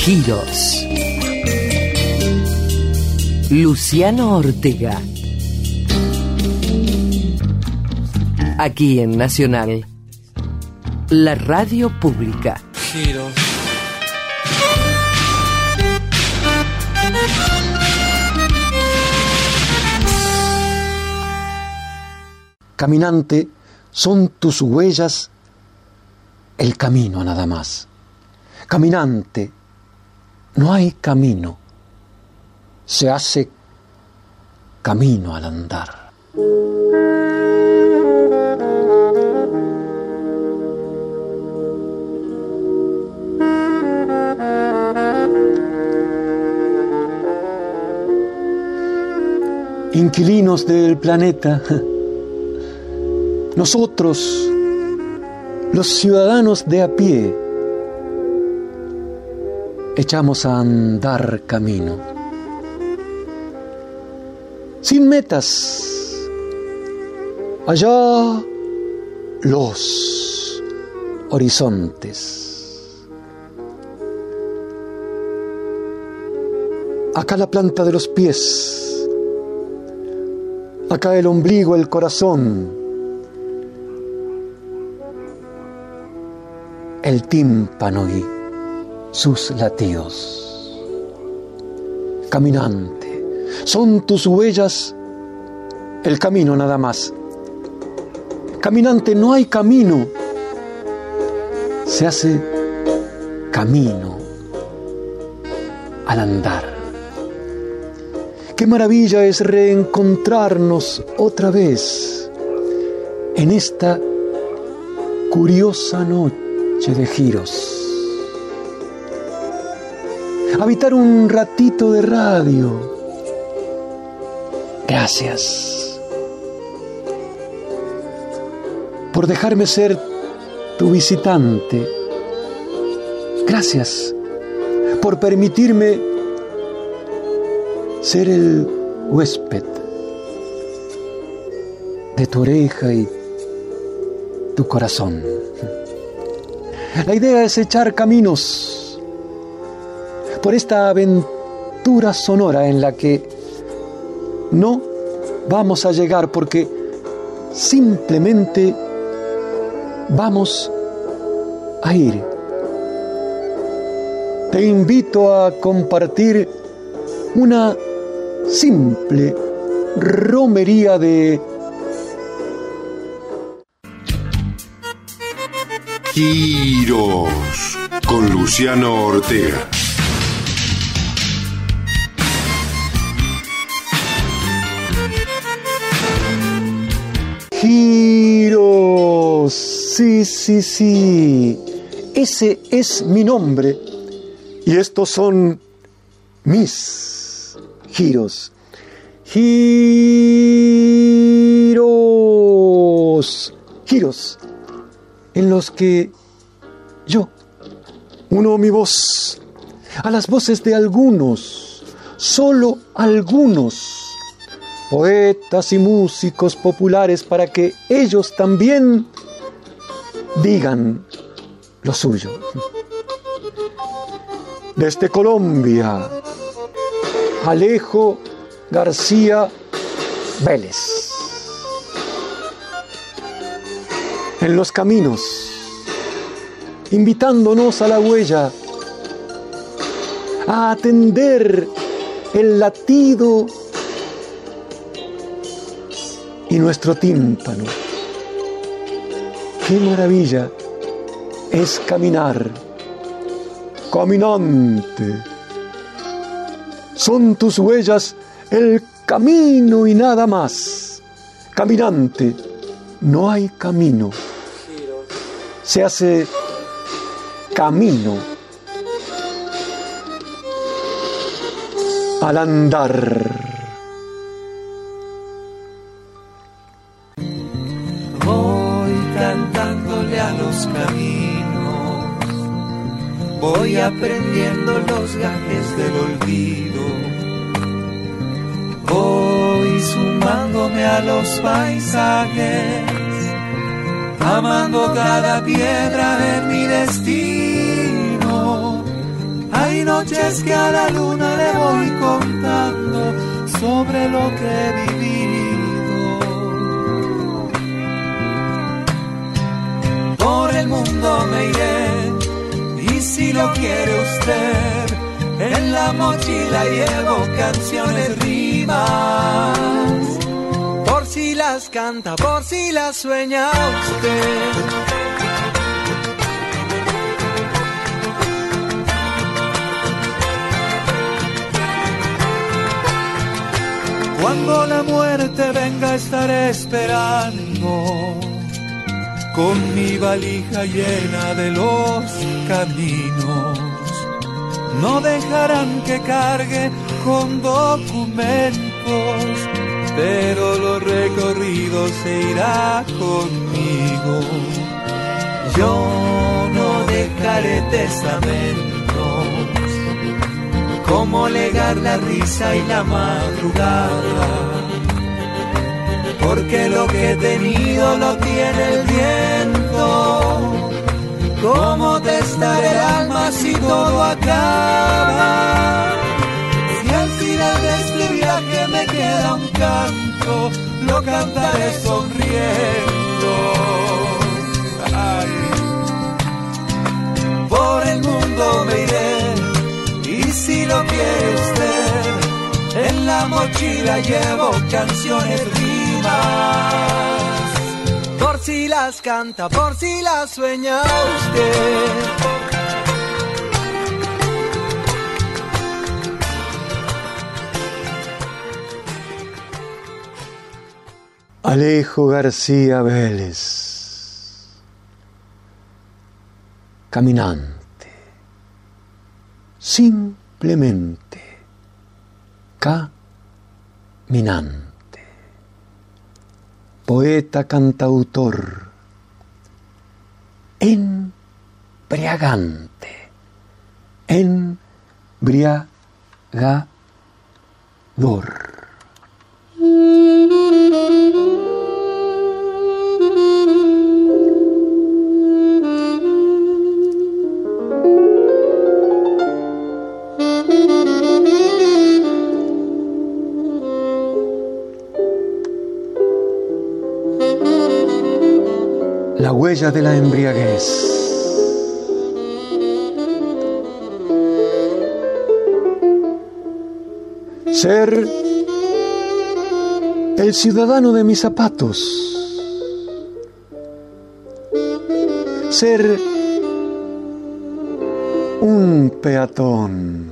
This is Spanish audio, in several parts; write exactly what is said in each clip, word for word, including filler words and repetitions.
Giros. Luciano Ortega. Aquí en Nacional, la radio pública. Giros. Caminante, son tus huellas el camino nada más. Caminante, no hay camino, se hace camino al andar. Inquilinos del planeta, nosotros, los ciudadanos de a pie, echamos a andar camino, sin metas. Allá los horizontes, acá la planta de los pies, acá el ombligo, el corazón, el tímpano y sus latidos. Caminante, son tus huellas el camino nada más. Caminante, no hay camino, se hace camino al andar. Qué maravilla es reencontrarnos otra vez en esta curiosa noche de giros. Habitar un ratito de radio. Gracias por dejarme ser tu visitante. Gracias por permitirme ser el huésped de tu oreja y tu corazón. La idea es echar caminos por esta aventura sonora en la que no vamos a llegar porque simplemente vamos a ir. Te invito a compartir una simple romería de Giros con Luciano Ortega. Giros, sí, sí, sí, ese es mi nombre y estos son mis giros. Giros, giros en los que yo uno mi voz a las voces de algunos, solo algunos poetas y músicos populares para que ellos también digan lo suyo. Desde Colombia, Alejo García Vélez. En los caminos, invitándonos a la huella, a atender el latido y nuestro tímpano. Qué maravilla es caminar. Caminante, son tus huellas el camino y nada más. Caminante, no hay camino, se hace camino al andar. Cantándole a los caminos, voy aprendiendo los gajes del olvido, voy sumándome a los paisajes, amando cada piedra de mi destino. Ay, no noches que a la luna le voy contando sobre lo que he vivido. Por el mundo me iré, y si lo quiere usted, en la mochila llevo canciones, rimas, por si las canta, por si las sueña usted. Cuando la muerte venga estaré esperando, con mi valija llena de los caminos. No dejarán que cargue con documentos, pero los recorridos se irá conmigo. Yo no dejaré testamentos, como legar la risa y la madrugada, porque lo que he tenido lo tiene el viento. ¿Cómo testar el alma si todo acaba? Si al final de este viaje me queda un canto, lo cantaré sonriendo. Ay. Por el mundo me iré, y si lo quiere usted, en la mochila llevo canciones, rimas, por si las canta, por si las sueña usted. Alejo García Vélez, caminante, simplemente caminante. Poeta cantautor, embriagante, embriagador. La huella de la embriaguez. Ser el ciudadano de mis zapatos. Ser un peatón.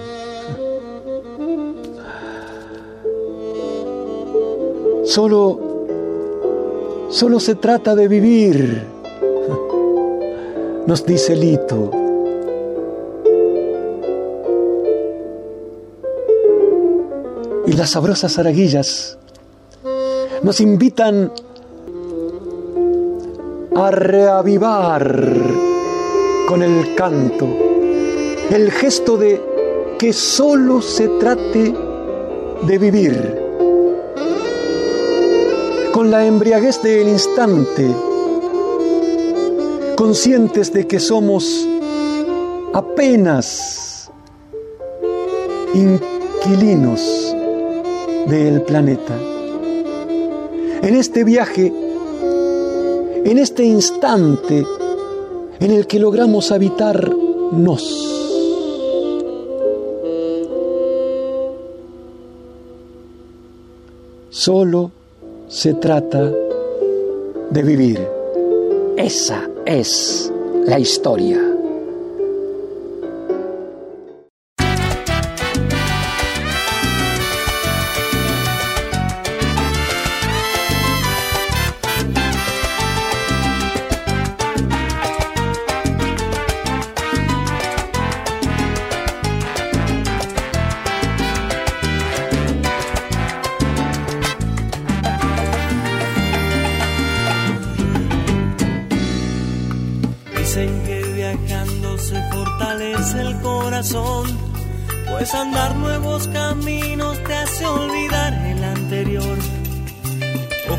Solo Solo se trata de vivir, nos dice Lito. Y las sabrosas araguillas nos invitan a reavivar con el canto el gesto de que solo se trate de vivir, con la embriaguez del instante, conscientes de que somos apenas inquilinos del planeta. En este viaje, en este instante en el que logramos habitarnos, solo se trata de vivir. Esa es la historia. Pues andar nuevos caminos te hace olvidar el anterior.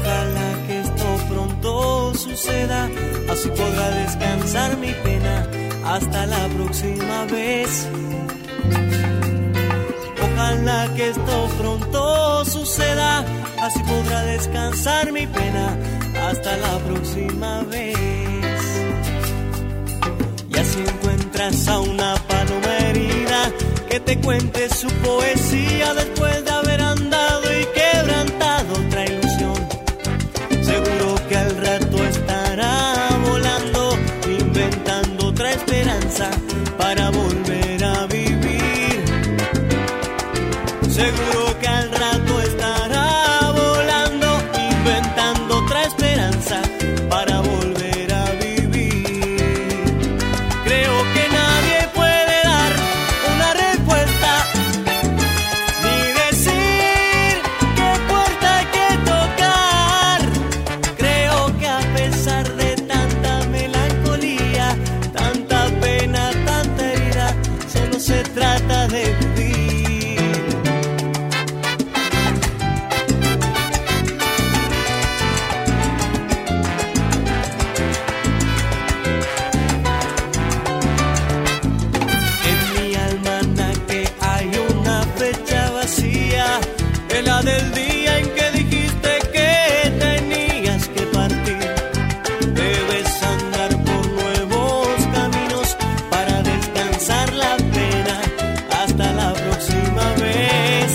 Ojalá que esto pronto suceda, así podrá descansar mi pena Hasta la próxima vez. Ojalá que esto pronto suceda, así podrá descansar mi pena. Hasta la próxima vez. Y así encuentras a una paloma herida que te cuente su poesía después de haber andado y quebrantado otra ilusión. Seguro que al rato estará volando, inventando otra esperanza para volver a vivir. Seguro que al rato estará volando, inventando otra esperanza para volver a vivir. Creo que nadie puede dar una respuesta, ni decir qué puerta hay que tocar. Creo que a pesar de tanta melancolía, tanta pena, tanta herida, solo se trata de vivir. Del día en que dijiste que tenías que partir. Debes andar por nuevos caminos para descansar la pena. Hasta la próxima vez.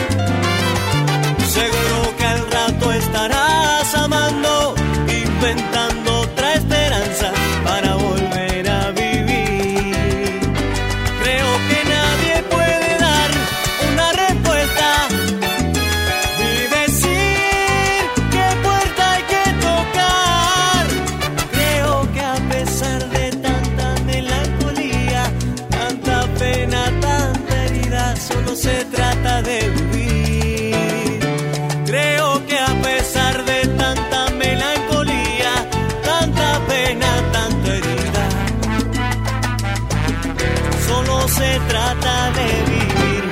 Seguro que al rato estarás amando, inventando otra esperanza para volver a vivir. Creo que nadie puede dar una respuesta, solo se trata de vivir. Creo que a pesar de tanta melancolía, tanta pena, tanta herida, solo se trata de vivir.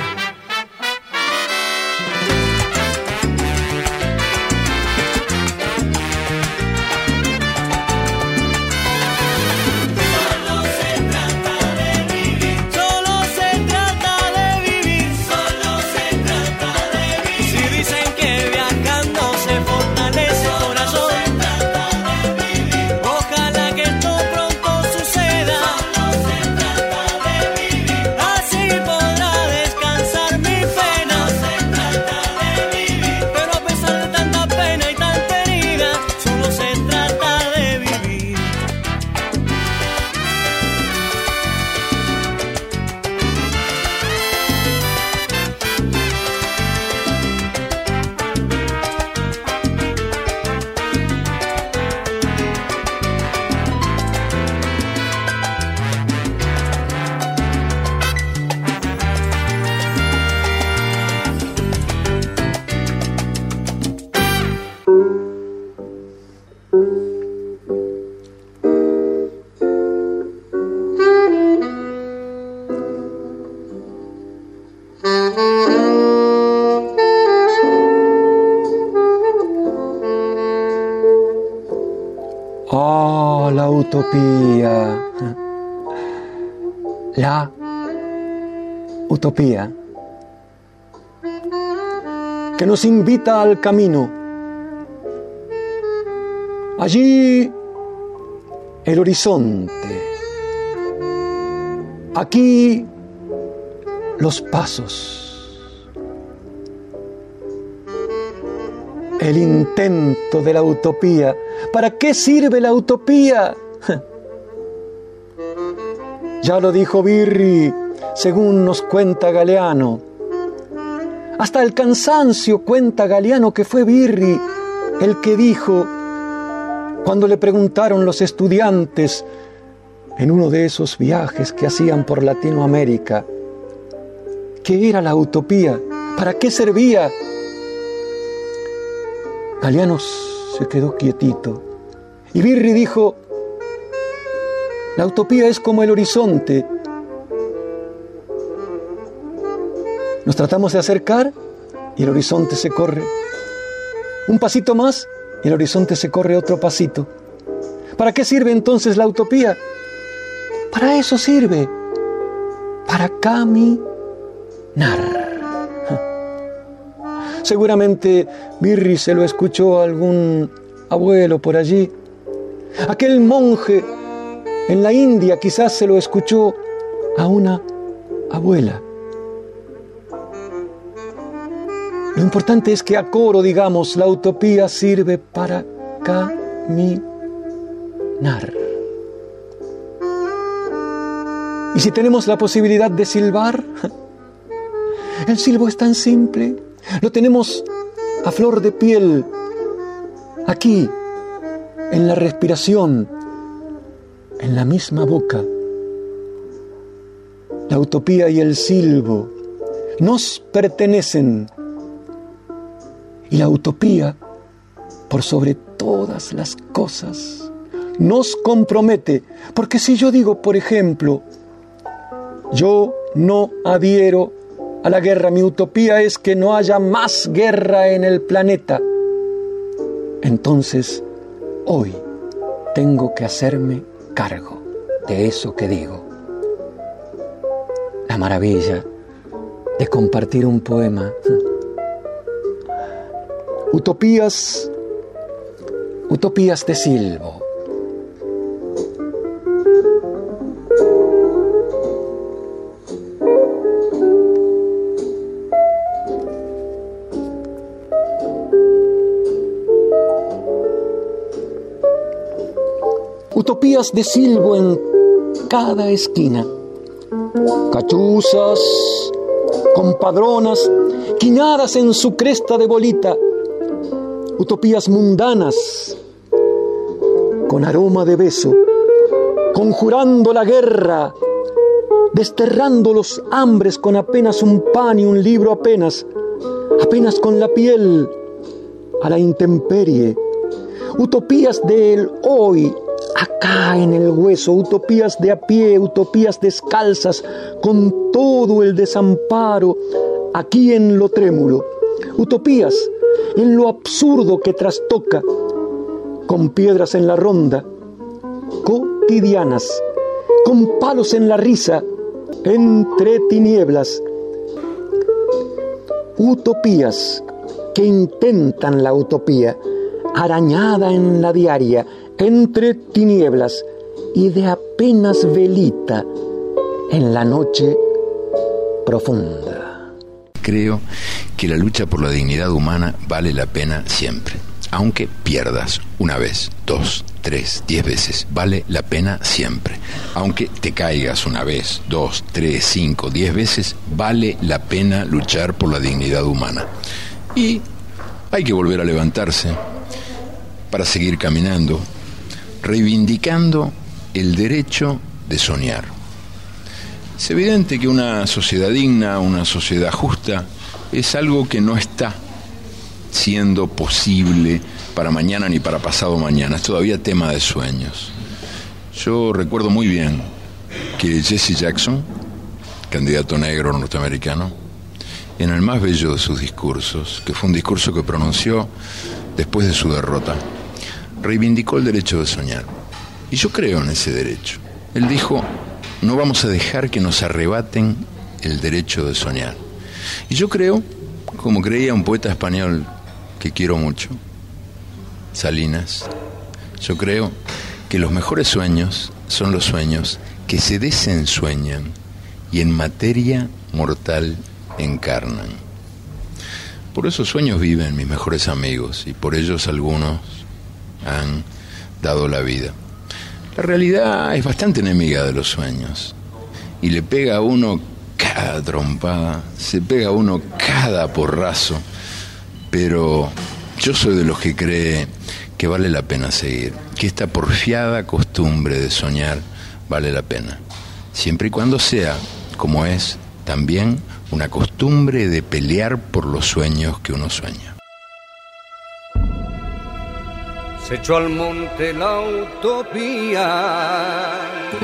Oh, la utopía. La utopía que nos invita al camino. Allí el horizonte, aquí los pasos, el intento de la utopía. ¿Para qué sirve la utopía? Ya lo dijo Birri, según nos cuenta Galeano. Hasta el cansancio cuenta Galeano que fue Birri el que dijo, cuando le preguntaron los estudiantes en uno de esos viajes que hacían por Latinoamérica, ¿qué era la utopía? ¿Para qué servía? Galeano se quedó quietito y Birri dijo, la utopía es como el horizonte. Nos tratamos de acercar y el horizonte se corre. Un pasito más y el horizonte se corre otro pasito. ¿Para qué sirve entonces la utopía? Para eso sirve, para caminar. Seguramente Birri se lo escuchó a algún abuelo por allí. Aquel monje en la India quizás se lo escuchó a una abuela. Lo importante es que a coro digamos, la utopía sirve para caminar. Y si tenemos la posibilidad de silbar, el silbo es tan simple, lo tenemos a flor de piel, aquí, en la respiración, en la misma boca. La utopía y el silbo nos pertenecen. Y la utopía, por sobre todas las cosas, nos compromete. Porque si yo digo, por ejemplo, yo no adhiero a la guerra, mi utopía es que no haya más guerra en el planeta, entonces hoy tengo que hacerme cargo de eso que digo. La maravilla de compartir un poema. Utopías, utopías de silbo. Utopías de silbo en cada esquina. Cachuzas, compadronas, quinadas en su cresta de bolita. Utopías mundanas, con aroma de beso, conjurando la guerra, desterrando los hambres con apenas un pan y un libro apenas, apenas con la piel a la intemperie. Utopías del hoy, acá en el hueso, utopías de a pie, utopías descalzas, con todo el desamparo, aquí en lo trémulo. Utopías en lo absurdo que trastoca, con piedras en la ronda, cotidianas, con palos en la risa, entre tinieblas. Utopías que intentan la utopía, arañada en la diaria, entre tinieblas y de apenas velita en la noche profunda. Creo que la lucha por la dignidad humana vale la pena siempre. Aunque pierdas una vez, dos, tres, diez veces, vale la pena siempre. Aunque te caigas una vez, dos, tres, cinco, diez veces, vale la pena luchar por la dignidad humana. Y hay que volver a levantarse para seguir caminando, reivindicando el derecho de soñar. Es evidente que una sociedad digna, una sociedad justa, es algo que no está siendo posible para mañana ni para pasado mañana. Es todavía tema de sueños. Yo recuerdo muy bien que Jesse Jackson, candidato negro norteamericano, en el más bello de sus discursos, que fue un discurso que pronunció después de su derrota, reivindicó el derecho de soñar. Y yo creo en ese derecho. Él dijo: no vamos a dejar que nos arrebaten el derecho de soñar. Y yo creo, como creía un poeta español que quiero mucho, Salinas, yo creo que los mejores sueños son los sueños que se desensueñan y en materia mortal encarnan. Por esos sueños viven mis mejores amigos y por ellos algunos han dado la vida. La realidad es bastante enemiga de los sueños y le pega a uno cada trompada, se pega a uno cada porrazo, pero yo soy de los que cree que vale la pena seguir, que esta porfiada costumbre de soñar vale la pena, siempre y cuando sea, como es, también una costumbre de pelear por los sueños que uno sueña. Se echó al monte la utopía,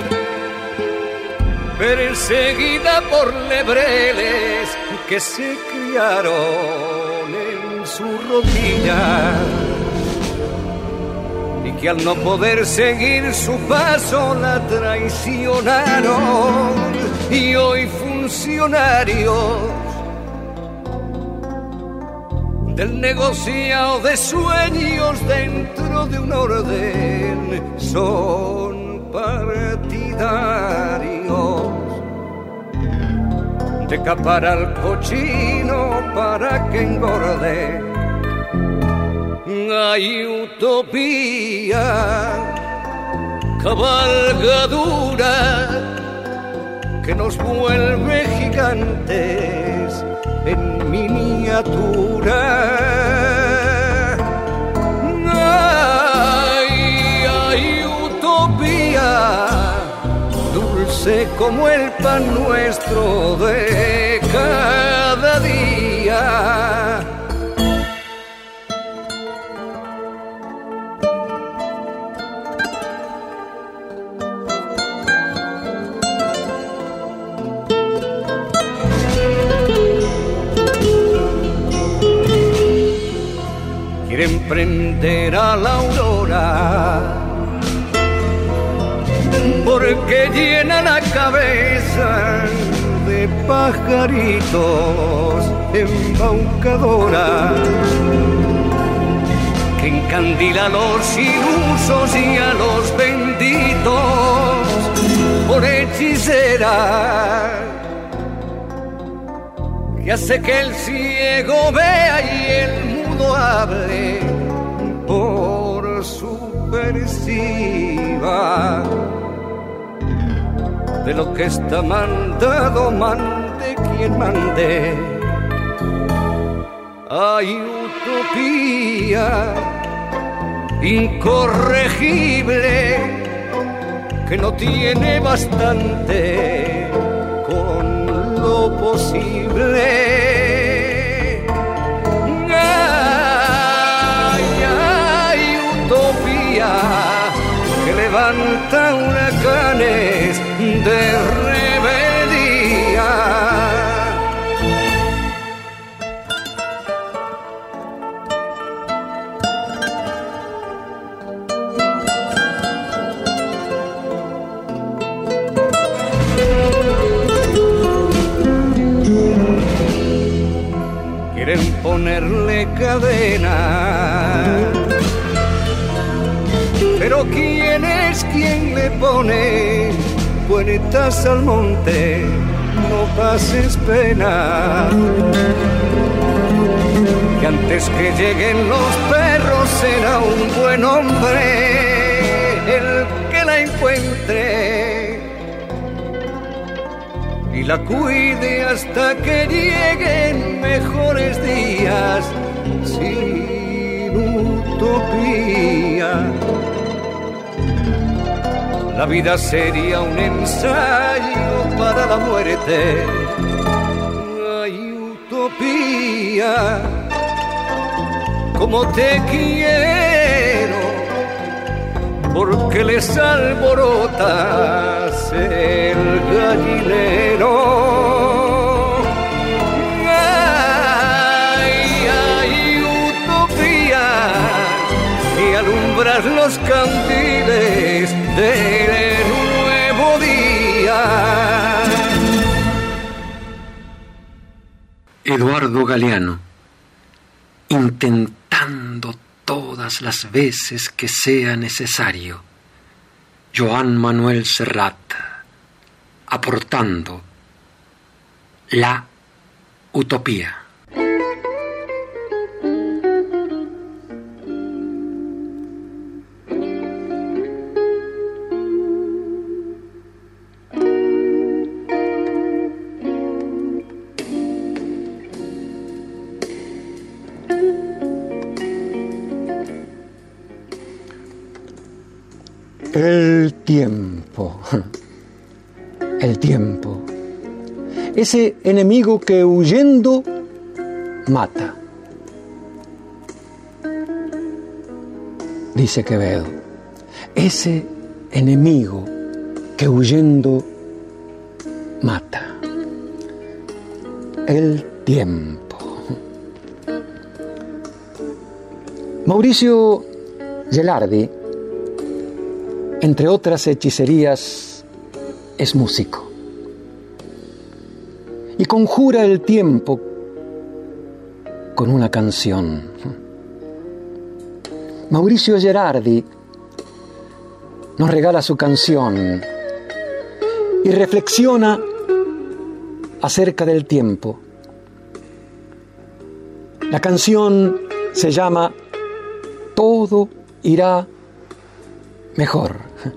perseguida por lebreles que se criaron en su rodilla. y que al no poder seguir su paso la traicionaron, y hoy funcionarios del negociado de sueños dentro de un orden son partidarios de capar al cochino para que engorde. Hay utopía, cabalgadura que nos vuelve gigantes en miniatura. Hay, hay utopía, dulce como el pan nuestro de cada día. Quieren prender a la aurora porque llena la cabeza de pajaritos embaucadora que encandila a los ilusos y a los benditos por hechicera que hace que el ciego vea y el mudo hable por subversiva. De lo que está mandado, mande quien mande. Hay utopía incorregible que no tiene bastante con lo posible. Hay, hay utopía que levanta huracanes de rebeldía. Quieren ponerle cadena, pero ¿quién es quien le pone puertas al monte? No pases pena, que antes que lleguen los perros será un buen hombre el que la encuentre y la cuide hasta que lleguen mejores días. Sin utopía la vida sería un ensayo para la muerte. Hay utopía, como te quiero, porque les alborotas el gallinero. Ay, hay utopía y alumbras los candiles del nuevo día. Eduardo Galeano, intentando todas las veces que sea necesario. Joan Manuel Serrat, aportando la utopía. El tiempo, el tiempo, ese enemigo que huyendo mata, dice Quevedo, ese enemigo que huyendo mata, el tiempo. Mauricio Gelardi entre otras hechicerías, es músico. Y conjura el tiempo con una canción. Mauricio Gerardi nos regala su canción y reflexiona acerca del tiempo. La canción se llama Todo irá mejor.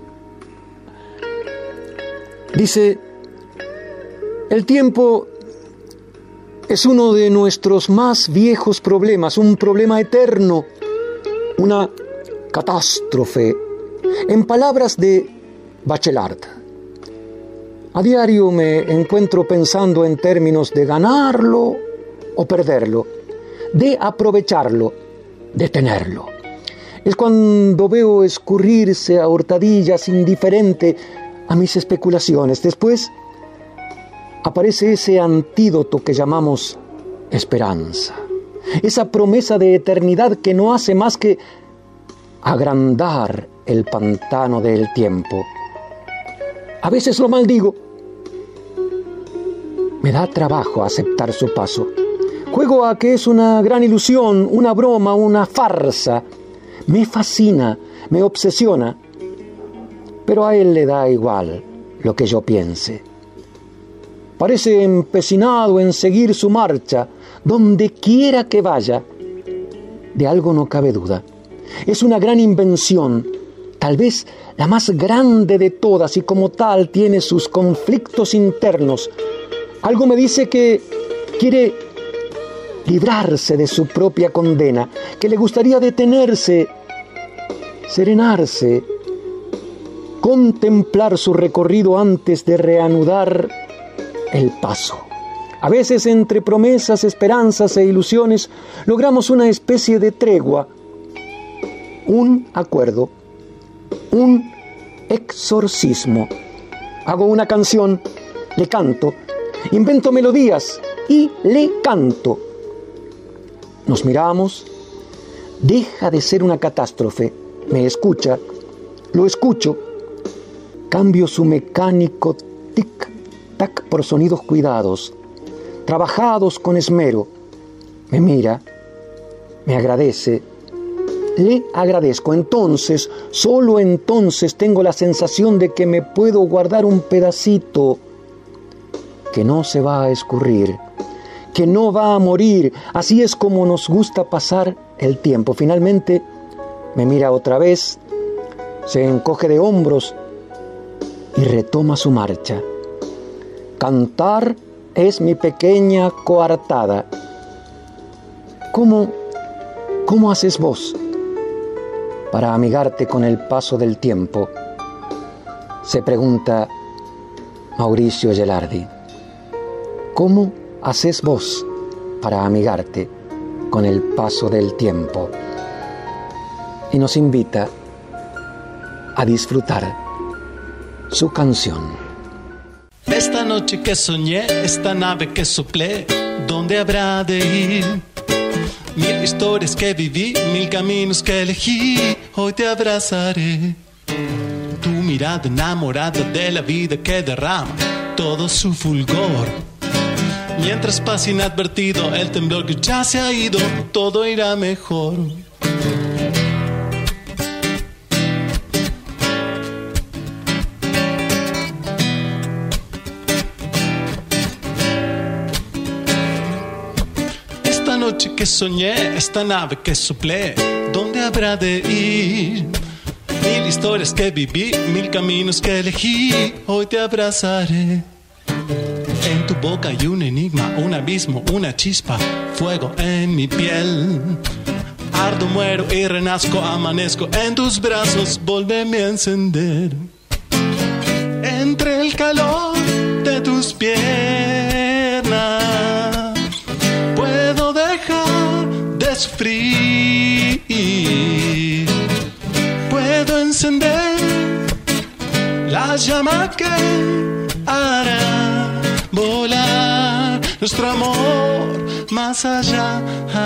Dice: el tiempo es uno de nuestros más viejos problemas, un problema eterno, una catástrofe. En palabras de Bachelard, a diario me encuentro pensando en términos de ganarlo o perderlo, de aprovecharlo, de tenerlo. Es cuando veo escurrirse a hurtadillas indiferente a mis especulaciones. Después aparece ese antídoto que llamamos esperanza, esa promesa de eternidad que no hace más que agrandar el pantano del tiempo. A veces lo maldigo. Me da trabajo aceptar su paso. Juego a que es una gran ilusión, una broma, una farsa. Me fascina, me obsesiona, pero a él le da igual lo que yo piense. Parece empecinado en seguir su marcha, donde quiera que vaya. De algo no cabe duda. Es una gran invención, tal vez la más grande de todas, y como tal tiene sus conflictos internos. Algo me dice que quiere librarse de su propia condena, que le gustaría detenerse, serenarse, contemplar su recorrido antes de reanudar el paso. A veces, entre promesas, esperanzas e ilusiones, logramos una especie de tregua, un acuerdo, un exorcismo. Hago una canción, le canto, invento melodías y le canto. Nos miramos, deja de ser una catástrofe, me escucha, lo escucho, cambio su mecánico tic-tac por sonidos cuidados, trabajados con esmero. Me mira, me agradece, le agradezco. Entonces, solo entonces tengo la sensación de que me puedo guardar un pedacito que no se va a escurrir, que no va a morir. Así es como nos gusta pasar el tiempo. Finalmente, me mira otra vez, se encoge de hombros y retoma su marcha. Cantar es mi pequeña coartada. ¿Cómo, cómo haces vos para amigarte con el paso del tiempo?, se pregunta Mauricio Gerardi. ¿Cómo haces vos para amigarte con el paso del tiempo? Y nos invita a disfrutar su canción. Esta noche que soñé, esta nave que soplé, ¿dónde habrá de ir? Mil historias que viví, mil caminos que elegí, hoy te abrazaré. Tu mirada enamorada de la vida que derrama todo su fulgor. Mientras pasa inadvertido el temblor que ya se ha ido, todo irá mejor. Esta noche que soñé, esta nave que soplé, ¿dónde habrá de ir? Mil historias que viví, mil caminos que elegí, hoy te abrazaré. En tu boca hay un enigma, un abismo, una chispa, fuego en mi piel. Ardo, muero y renazco, amanezco en tus brazos, vuélveme a encender. Entre el calor de tus piernas puedo dejar de sufrir. Puedo encender la llama que hará volar nuestro amor más allá.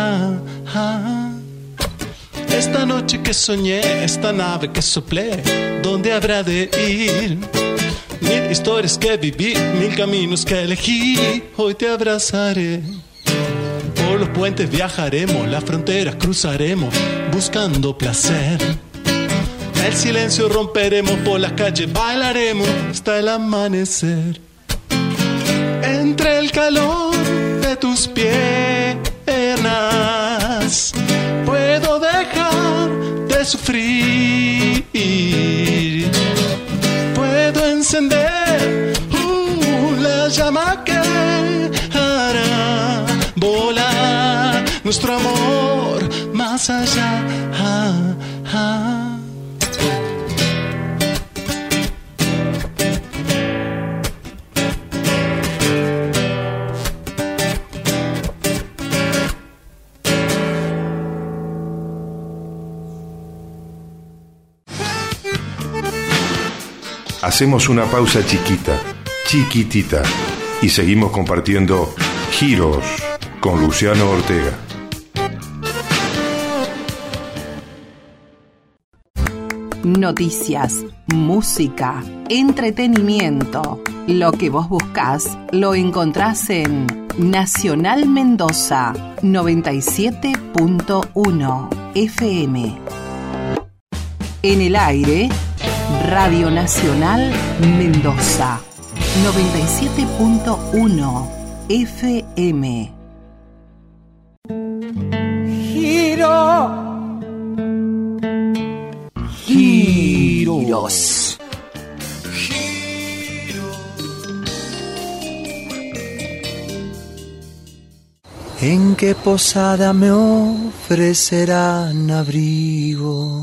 Esta noche que soñé, esta nave que soplé, ¿dónde habrá de ir? Mil historias que viví, mil caminos que elegí, hoy te abrazaré. Por los puentes viajaremos, las fronteras cruzaremos, buscando placer. El silencio romperemos, por las calles bailaremos hasta el amanecer. Entre el calor de tus piernas puedo dejar de sufrir. Puedo encender uh, la llama que hará volar nuestro amor más allá. Ah, ah. Hacemos una pausa chiquita, chiquitita, y seguimos compartiendo Giros con Luciano Ortega. Noticias, música, entretenimiento. Lo que vos buscás lo encontrás en Nacional Mendoza noventa y siete punto uno F M. En el aire, Radio Nacional Mendoza noventa y siete punto uno F M. Giro. Giros. ¿En qué posada me ofrecerán abrigo?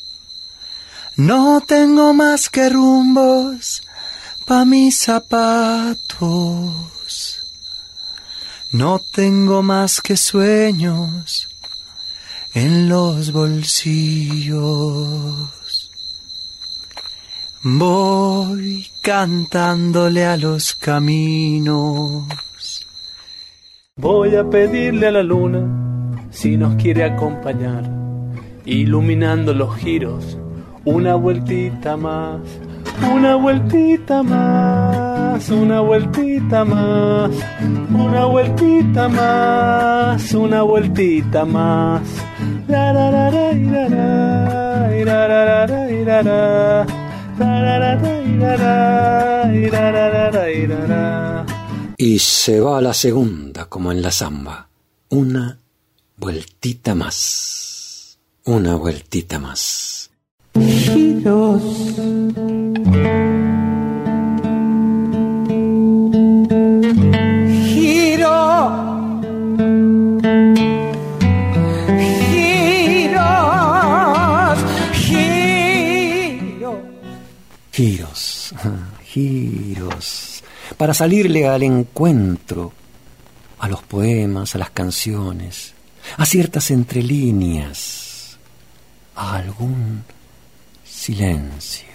No tengo más que rumbos pa' mis zapatos. No tengo más que sueños en los bolsillos. Voy cantándole a los caminos. Voy a pedirle a la luna si nos quiere acompañar, iluminando los giros. Una vueltita más, una vueltita más, una vueltita más, una vueltita más, una vueltita más. La la la la la la la la la la la. Y se va a la segunda, como en la samba. Una vueltita más, una vueltita más. Giros. Giro. Giros. Giro. Giros, giros. Para salirle al encuentro, a los poemas, a las canciones, a ciertas entrelíneas, a algún silencio.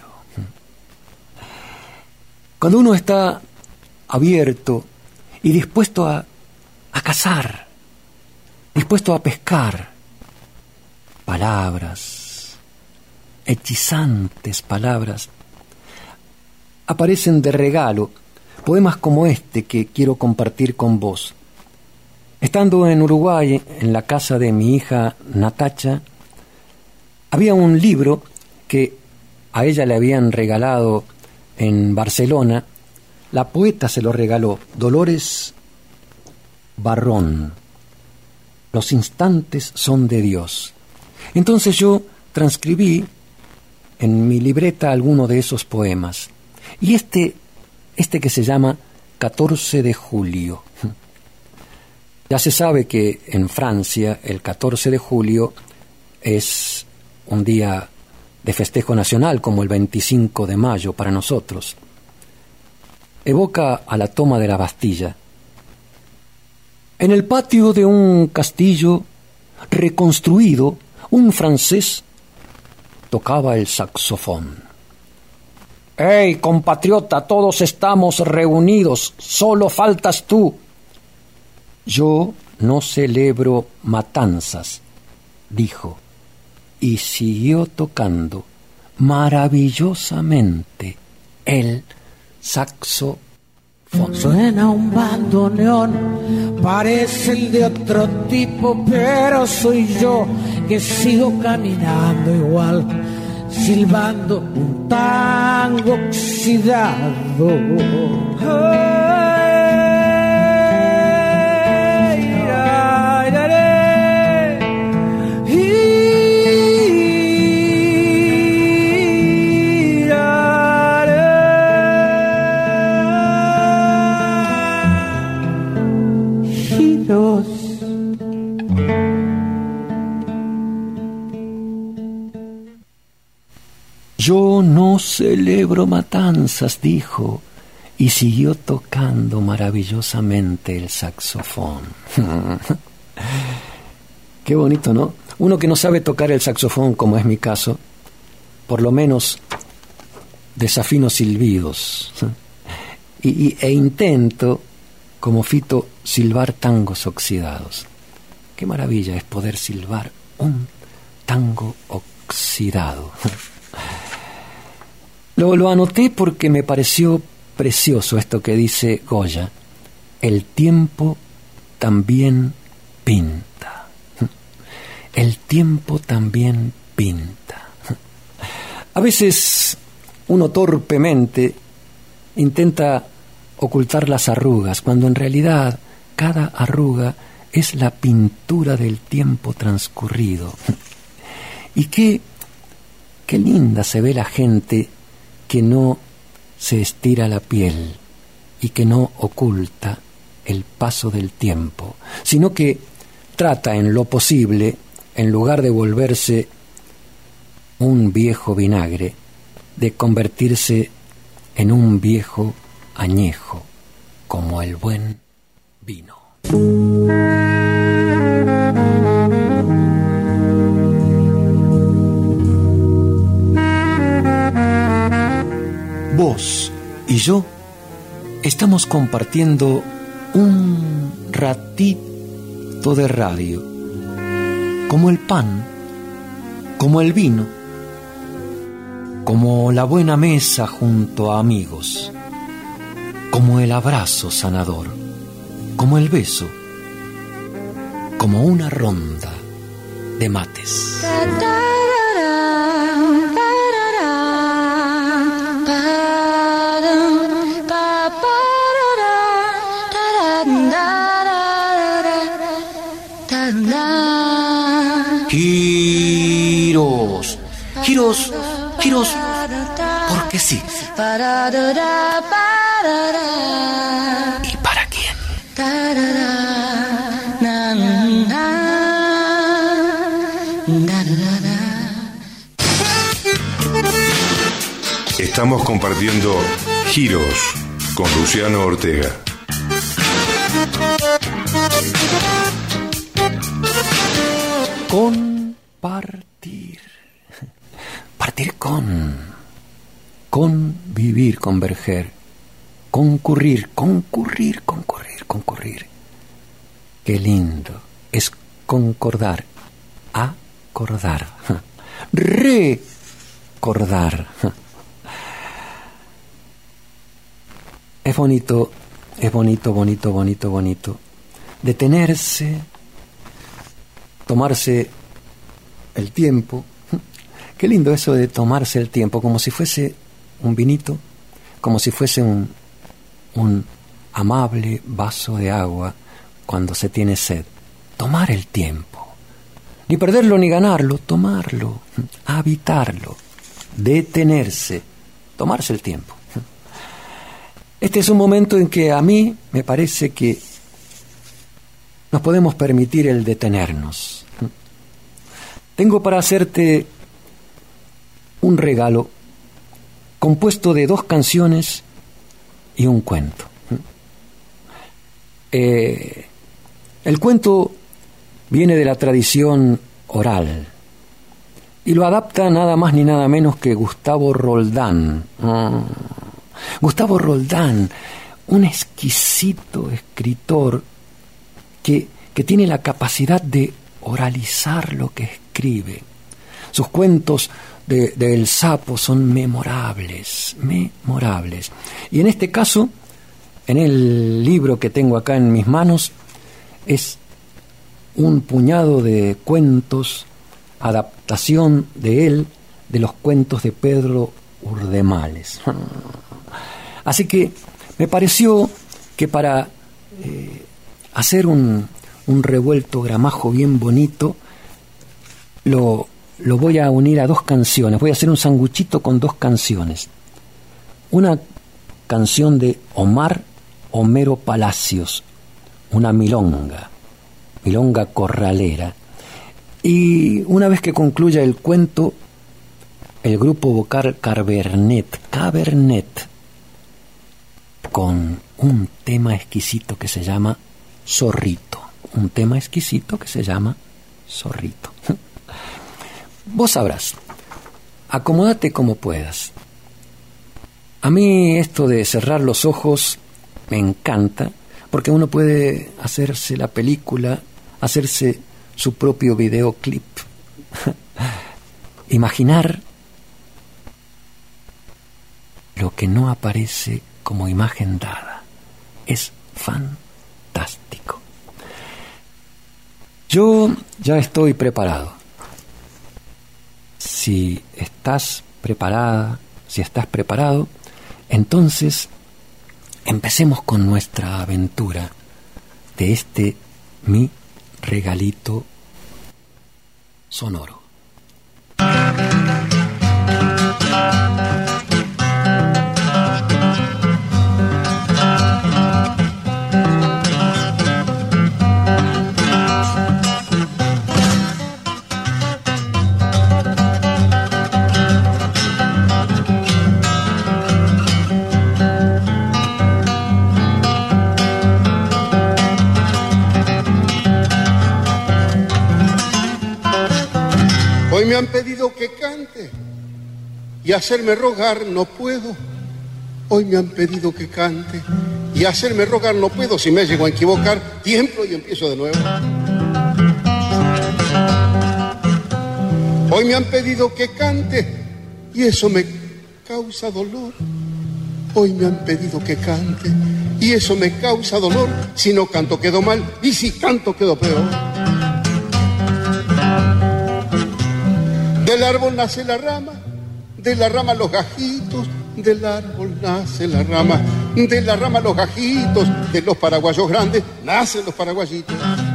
Cuando uno está abierto y dispuesto a, a cazar, dispuesto a pescar palabras, hechizantes palabras, aparecen de regalo poemas como este que quiero compartir con vos. Estando en Uruguay, en la casa de mi hija Natacha, había un libro que a ella le habían regalado en Barcelona. La poeta se lo regaló, Dolores Barrón. Los instantes son de Dios. Entonces yo transcribí en mi libreta alguno de esos poemas. Y este, este que se llama catorce de julio. Ya se sabe que en Francia el catorce de julio es un día de festejo nacional, como el veinticinco de mayo para nosotros. Evoca a la toma de la Bastilla. En el patio de un castillo reconstruido, un francés tocaba el saxofón. ¡Hey, compatriota, todos estamos reunidos, solo faltas tú! Yo no celebro matanzas, dijo, y siguió tocando maravillosamente el saxofón. Suena un bandoneón, parece el de otro tipo, pero soy yo que sigo caminando igual, silbando un tango oxidado. Yo no celebro matanzas, dijo, y siguió tocando maravillosamente el saxofón. Qué bonito, ¿no? Uno que no sabe tocar el saxofón, como es mi caso, por lo menos desafino silbidos. Y, y, e intento, como Fito, silbar tangos oxidados. Qué maravilla es poder silbar un tango oxidado. Lo, lo anoté porque me pareció precioso esto que dice Goya: el tiempo también pinta. El tiempo también pinta. A veces uno torpemente intenta ocultar las arrugas, cuando en realidad cada arruga es la pintura del tiempo transcurrido. Y qué, qué linda se ve la gente que no se estira la piel y que no oculta el paso del tiempo, sino que trata en lo posible, en lugar de volverse un viejo vinagre, de convertirse en un viejo añejo, como el buen vino. Vos y yo estamos compartiendo un ratito de radio, como el pan, como el vino, como la buena mesa junto a amigos, como el abrazo sanador, como el beso, como una ronda de mates. Giros, giros, giros, porque sí. ¿Y para quién? Estamos compartiendo Giros con Luciano Ortega. Compartir. Partir con. Convivir, converger. Concurrir, concurrir, concurrir, concurrir. Qué lindo es concordar. Acordar. Recordar. Es bonito, es bonito, bonito, bonito, bonito. Detenerse, tomarse el tiempo. Qué lindo eso de tomarse el tiempo, como si fuese un vinito, como si fuese un, un amable vaso de agua cuando se tiene sed. Tomar el tiempo. Ni perderlo ni ganarlo, tomarlo, habitarlo, detenerse, tomarse el tiempo. Este es un momento en que a mí me parece que nos podemos permitir el detenernos. Tengo para hacerte un regalo compuesto de dos canciones y un cuento. Eh, el cuento viene de la tradición oral y lo adapta nada más ni nada menos que Gustavo Roldán. Mm. Gustavo Roldán, un exquisito escritor que, que tiene la capacidad de oralizar lo que escribe. sus cuentos de, de El Sapo son memorables, memorables. Y en este caso, en el libro que tengo acá en mis manos, es un puñado de cuentos, adaptación de él, de los cuentos de Pedro Urdemales. Así que me pareció que para eh, hacer un, un revuelto gramajo bien bonito, lo, lo voy a unir a dos canciones. Voy a hacer un sanguchito con dos canciones. Una canción de Omar Homero Palacios, una milonga, milonga corralera. Y una vez que concluya el cuento, el grupo vocal Cabernet, Cabernet, con un tema exquisito que se llama Zorrito. Un tema exquisito que se llama Zorrito. Vos sabrás, acomódate como puedas. A mí esto de cerrar los ojos me encanta, porque uno puede hacerse la película, hacerse su propio videoclip, imaginar lo que no aparece como imagen dada. Es fantástico. Yo ya estoy preparado. Si estás preparada, si estás preparado, entonces empecemos con nuestra aventura de este mi regalito sonoro. Hoy me han pedido que cante y hacerme rogar no puedo. Hoy me han pedido que cante y hacerme rogar no puedo. Si me llego a equivocar, tiemblo y empiezo de nuevo. Hoy me han pedido que cante y eso me causa dolor. Hoy me han pedido que cante y eso me causa dolor. Si no canto quedo mal y si canto quedo peor. Del árbol nace la rama, de la rama los gajitos, del árbol nace la rama, de la rama los gajitos, de los paraguayos grandes nacen los paraguayitos.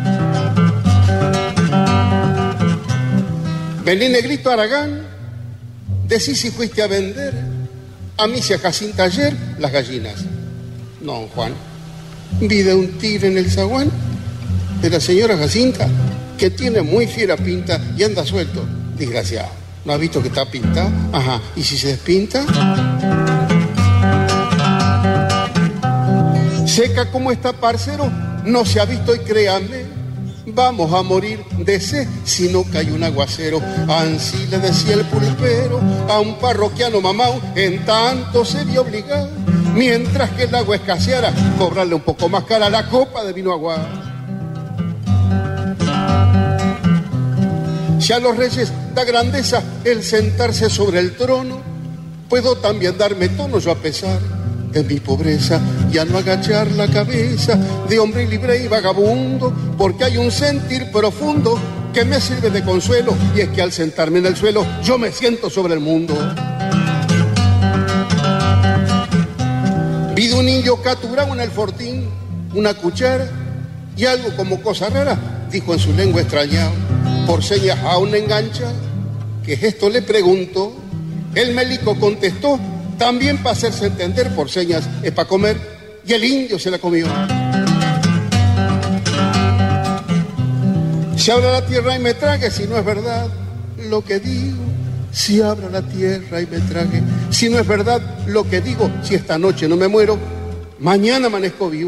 Vení negrito Aragán, decí si fuiste a vender a mí se Jacinta ayer las gallinas. No, Juan, vi de un tigre en el zaguán de la señora Jacinta, que tiene muy fiera pinta y anda suelto. Desgraciado, ¿no has visto que está pintado? Ajá, ¿y si se despinta? Seca como está, parcero, no se ha visto y créame, vamos a morir de sed si no cae un aguacero. Ansí le decía el pulpero a un parroquiano mamao, en tanto se vio obligado, mientras que el agua escaseara, cobrarle un poco más cara la copa de vino agua. Si a los reyes da grandeza el sentarse sobre el trono, puedo también darme tono yo a pesar de mi pobreza y a no agachar la cabeza de hombre libre y vagabundo, porque hay un sentir profundo que me sirve de consuelo, y es que al sentarme en el suelo yo me siento sobre el mundo. Vi de un indio caturao en el fortín una cuchara y algo como cosa rara dijo en su lengua extrañado. Por señas a un engancha, ¿qué es esto?, le preguntó. El mélico contestó, también para hacerse entender, por señas es para comer, y el indio se la comió. Si abra la tierra y me trague, si no es verdad lo que digo, si abra la tierra y me trague, si no es verdad lo que digo, si esta noche no me muero, mañana amanezco vivo.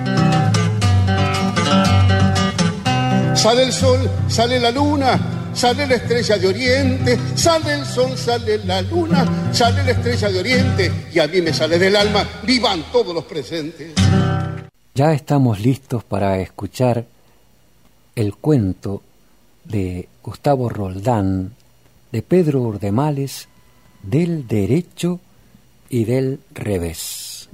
Sale el sol, sale la luna, sale la estrella de oriente, sale el sol, sale la luna, sale la estrella de oriente, y a mí me sale del alma, vivan todos los presentes. Ya estamos listos para escuchar el cuento de Gustavo Roldán, de Pedro Urdemales, del derecho y del revés.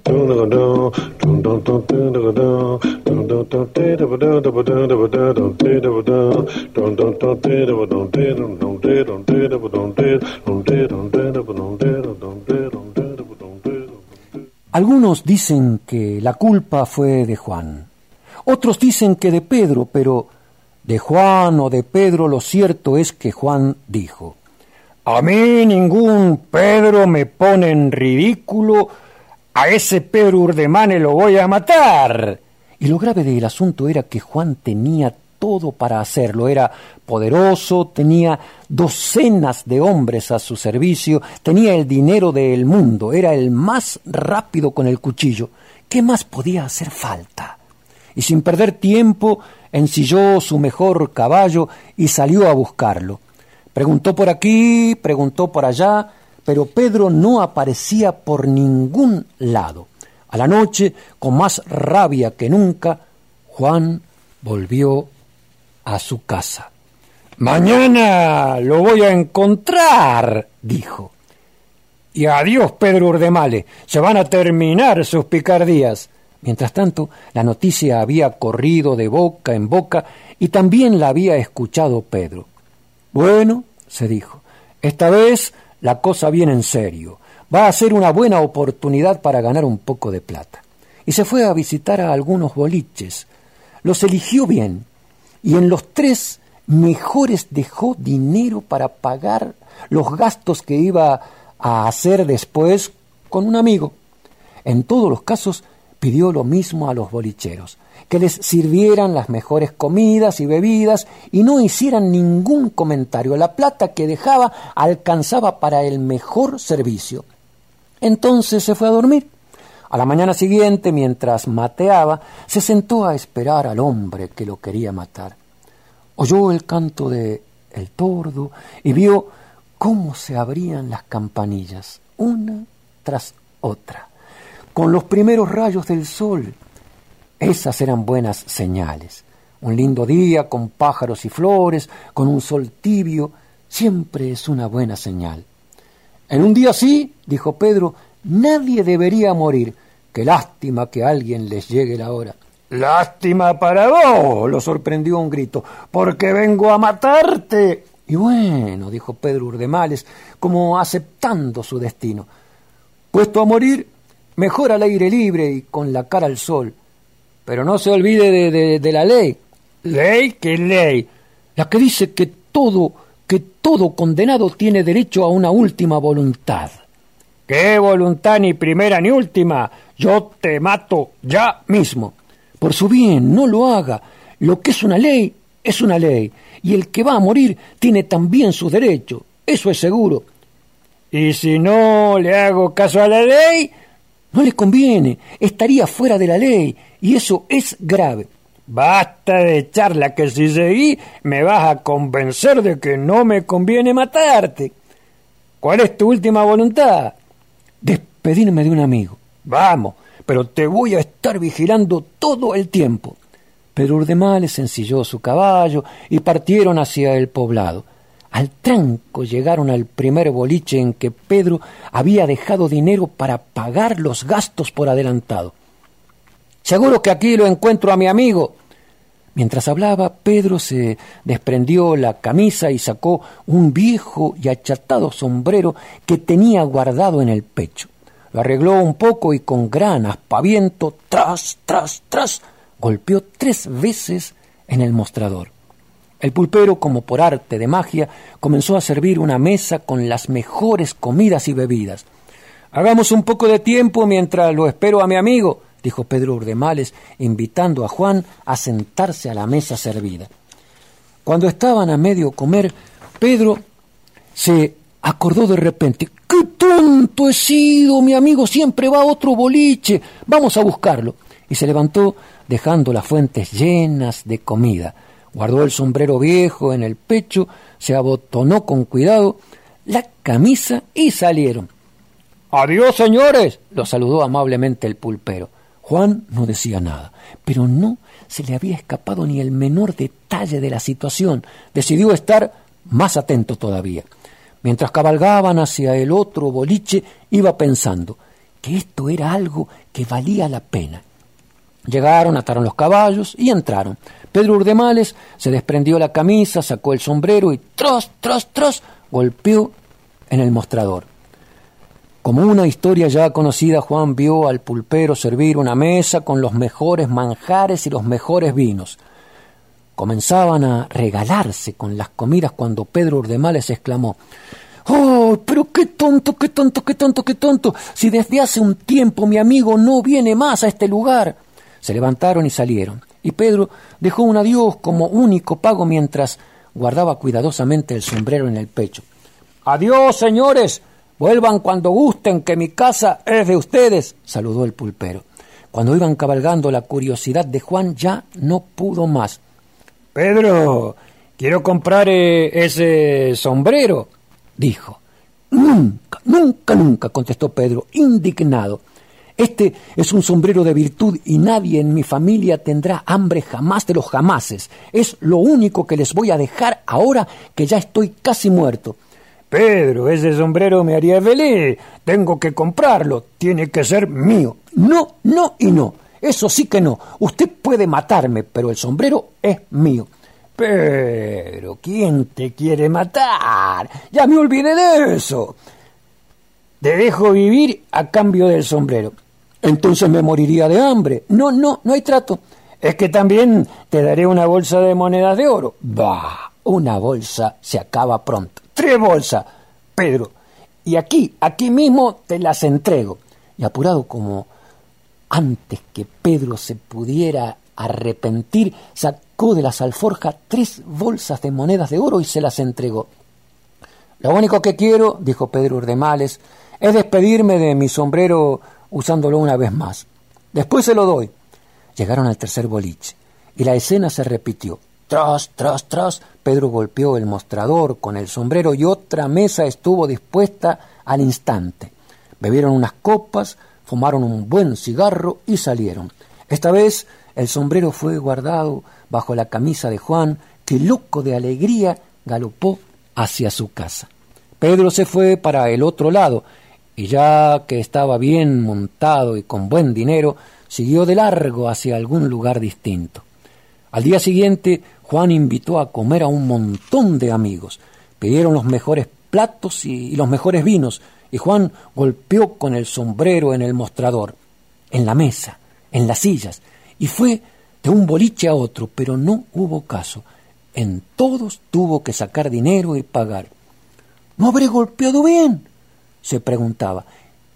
Algunos dicen que la culpa fue de Juan, otros dicen que de Pedro, pero de Juan o de Pedro lo cierto es que Juan dijo: a mí ningún Pedro me pone en ridículo, a ese Pedro Urdemales lo voy a matar. Y lo grave del asunto era que Juan tenía todo para hacerlo, era poderoso, tenía docenas de hombres a su servicio, tenía el dinero del mundo, era el más rápido con el cuchillo. ¿Qué más podía hacer falta? Y sin perder tiempo, ensilló su mejor caballo y salió a buscarlo. Preguntó por aquí, preguntó por allá, pero Pedro no aparecía por ningún lado. A la noche, con más rabia que nunca, Juan volvió a su casa. «Mañana lo voy a encontrar», dijo. «Y adiós, Pedro Urdemales, se van a terminar sus picardías». Mientras tanto, la noticia había corrido de boca en boca y también la había escuchado Pedro. «Bueno», se dijo, «esta vez la cosa viene en serio. Va a ser una buena oportunidad para ganar un poco de plata». Y se fue a visitar a algunos boliches. Los eligió bien y en los tres mejores dejó dinero para pagar los gastos que iba a hacer después con un amigo. En todos los casos pidió lo mismo a los bolicheros, que les sirvieran las mejores comidas y bebidas y no hicieran ningún comentario. La plata que dejaba alcanzaba para el mejor servicio. Entonces se fue a dormir. A la mañana siguiente, mientras mateaba, se sentó a esperar al hombre que lo quería matar. Oyó el canto de el tordo y vio cómo se abrían las campanillas, una tras otra, con los primeros rayos del sol. Esas eran buenas señales. Un lindo día con pájaros y flores, con un sol tibio, siempre es una buena señal. En un día así, dijo Pedro, nadie debería morir. Qué lástima que a alguien les llegue la hora. «¡Lástima para vos!», lo sorprendió un grito, «porque vengo a matarte». Y bueno, dijo Pedro Urdemales, como aceptando su destino, «puesto a morir, mejor al aire libre y con la cara al sol. Pero no se olvide de, de, de la ley». «¿Ley? ¿Qué ley?» «La que dice que todo, que todo condenado tiene derecho a una última voluntad». «¿Qué voluntad ni primera ni última? Yo te mato ya mismo». «Por su bien, no lo haga. Lo que es una ley, es una ley. Y el que va a morir tiene también sus derechos. Eso es seguro». «¿Y si no le hago caso a la ley?» «No le conviene. Estaría fuera de la ley. Y eso es grave». «Basta de charla, que si seguí me vas a convencer de que no me conviene matarte». «¿Cuál es tu última voluntad?» «Despedirme de un amigo». «Vamos, pero te voy a estar vigilando todo el tiempo». Pedro Urdemales ensilló su caballo y partieron hacia el poblado. Al tranco llegaron al primer boliche en que Pedro había dejado dinero para pagar los gastos por adelantado. «Seguro que aquí lo encuentro a mi amigo». Mientras hablaba, Pedro se desprendió la camisa y sacó un viejo y achatado sombrero que tenía guardado en el pecho. Lo arregló un poco y con gran aspaviento, tras, tras, tras, golpeó tres veces en el mostrador. El pulpero, como por arte de magia, comenzó a servir una mesa con las mejores comidas y bebidas. «Hagamos un poco de tiempo mientras lo espero a mi amigo», dijo Pedro Urdemales, invitando a Juan a sentarse a la mesa servida. Cuando estaban a medio comer, Pedro se acordó de repente. «¡Qué tonto he sido! Mi amigo siempre va a otro boliche. Vamos a buscarlo». Y se levantó dejando las fuentes llenas de comida. Guardó el sombrero viejo en el pecho, se abotonó con cuidado la camisa y salieron. «Adiós, señores», lo saludó amablemente el pulpero. Juan no decía nada, pero no se le había escapado ni el menor detalle de la situación. Decidió estar más atento todavía. Mientras cabalgaban hacia el otro boliche, iba pensando que esto era algo que valía la pena. Llegaron, ataron los caballos y entraron. Pedro Urdemales se desprendió la camisa, sacó el sombrero y tros, tros, tros, golpeó en el mostrador. Como una historia ya conocida, Juan vio al pulpero servir una mesa con los mejores manjares y los mejores vinos. Comenzaban a regalarse con las comidas cuando Pedro Urdemales exclamó: ¡Oh, pero qué tonto, qué tonto, qué tonto, qué tonto! Si desde hace un tiempo mi amigo no viene más a este lugar. Se levantaron y salieron, y Pedro dejó un adiós como único pago mientras guardaba cuidadosamente el sombrero en el pecho. ¡Adiós, señores! Vuelvan cuando gusten, que mi casa es de ustedes, saludó el pulpero. Cuando iban cabalgando, la curiosidad de Juan ya no pudo más. Pedro, quiero comprar eh, ese sombrero, dijo. Nunca, nunca, nunca, contestó Pedro, indignado. Este es un sombrero de virtud y nadie en mi familia tendrá hambre jamás de los jamases. Es lo único que les voy a dejar ahora que ya estoy casi muerto. Pedro, ese sombrero me haría feliz. Tengo que comprarlo. Tiene que ser mío. No, no y no. Eso sí que no. Usted puede matarme, pero el sombrero es mío. Pero, ¿quién te quiere matar? Ya me olvidé de eso. Te dejo vivir a cambio del sombrero. Entonces me moriría de hambre. No, no, no hay trato. Es que también te daré una bolsa de monedas de oro. Bah, una bolsa se acaba pronto. Tres bolsas, Pedro. Y aquí, aquí mismo te las entrego. Y apurado como antes que Pedro se pudiera arrepentir, sacó de las alforjas tres bolsas de monedas de oro y se las entregó. Lo único que quiero, dijo Pedro Urdemales, es despedirme de mi sombrero usándolo una vez más. Después se lo doy. Llegaron al tercer boliche y la escena se repitió. Tras, tras, tras, Pedro golpeó el mostrador con el sombrero y otra mesa estuvo dispuesta al instante. Bebieron unas copas, fumaron un buen cigarro y salieron. Esta vez el sombrero fue guardado bajo la camisa de Juan, que loco de alegría galopó hacia su casa. Pedro se fue para el otro lado y ya que estaba bien montado y con buen dinero, siguió de largo hacia algún lugar distinto. Al día siguiente, Juan invitó a comer a un montón de amigos. Pidieron los mejores platos y, y los mejores vinos, y Juan golpeó con el sombrero en el mostrador, en la mesa, en las sillas, y fue de un boliche a otro, pero no hubo caso. En todos tuvo que sacar dinero y pagar. ¿No habré golpeado bien?, se preguntaba,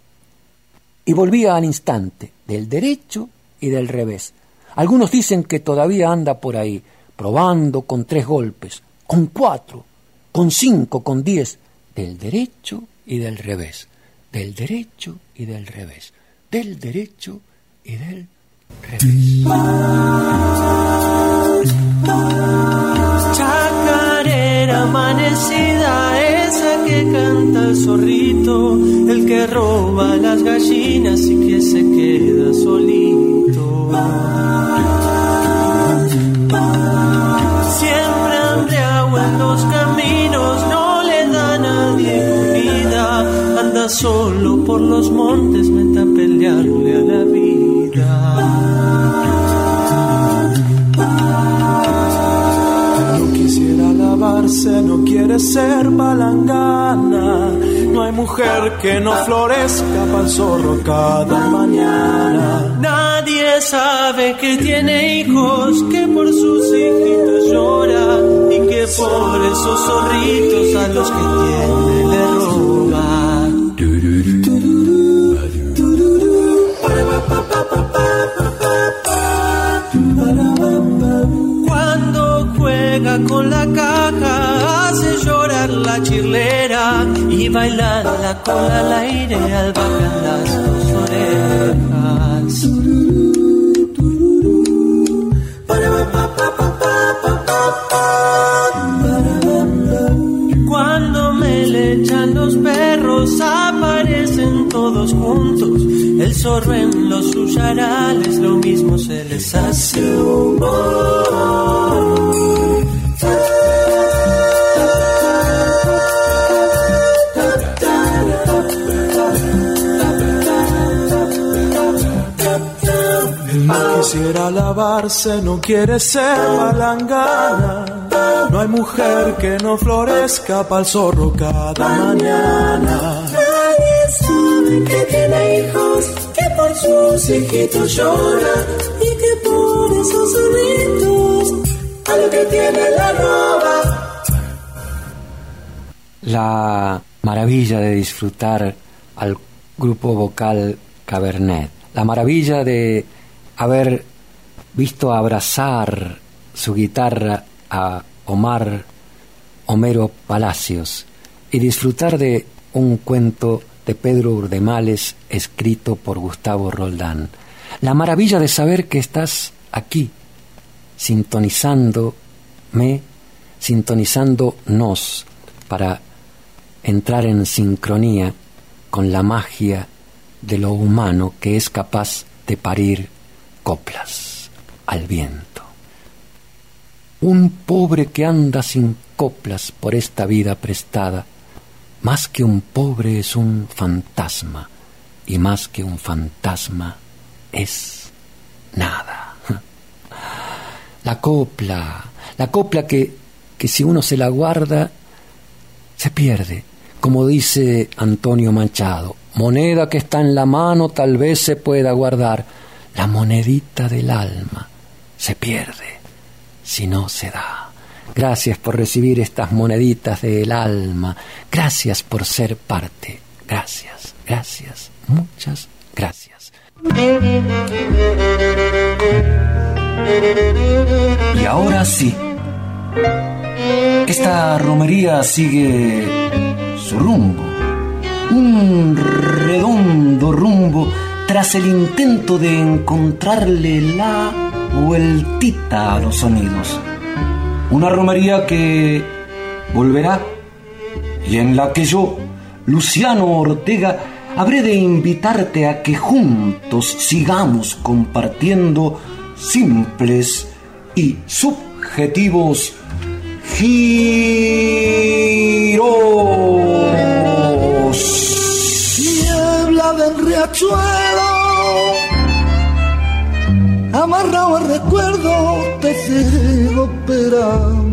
y volvía al instante, del derecho y del revés. Algunos dicen que todavía anda por ahí, probando con tres golpes, con cuatro, con cinco, con diez, del derecho y del revés, del derecho y del revés, del derecho y del revés. Chacarera amanecida, esa que canta el zorrito, el que roba las gallinas y que se queda solito. Siempre hambriado en los caminos, no le da a nadie comida, anda solo por los montes, mete a pelearle a la vida. No quisiera lavarse, no quiere ser palangana, no hay mujer que no florezca pa'l zorro cada mañana. Nadie sabe que tiene hijos, que por sus hijitos llora y que por esos zorritos a los que tiene le roba. Cuando juega con la caja hace llorar la chirlera y baila la cola al aire al bajar las dos orejas. Cuando me le echan los perros aparecen todos juntos, el zorro en los suyarales lo mismo se les hace humor. lavarse no quiere ser palangana. No hay mujer que no florezca pa'l zorro cada mañana. Nadie sabe que tiene hijos, que por sus hijitos llora y que por esos zorritos a lo que tiene la roba. La maravilla de disfrutar al grupo vocal Cabernet, la maravilla de haber visto abrazar su guitarra a Omar Homero Palacios y disfrutar de un cuento de Pedro Urdemales escrito por Gustavo Roldán. La maravilla de saber que estás aquí, sintonizándome, sintonizándonos para entrar en sincronía con la magia de lo humano que es capaz de parir coplas al viento. Un pobre que anda sin coplas por esta vida prestada, más que un pobre es un fantasma, y más que un fantasma es nada. La copla, la copla que, que si uno se la guarda, se pierde. Como dice Antonio Machado, moneda que está en la mano tal vez se pueda guardar, la monedita del alma se pierde si no se da. Gracias por recibir estas moneditas del alma, gracias por ser parte, gracias, gracias, muchas gracias. Y ahora sí, esta romería sigue su rumbo, un redondo rumbo tras el intento de encontrarle la vueltita a los sonidos. Una romería que volverá y en la que yo, Luciano Ortega, habré de invitarte a que juntos sigamos compartiendo simples y subjetivos giros. Niebla del riachuelo, amarrado al recuerdo, te sigo esperando.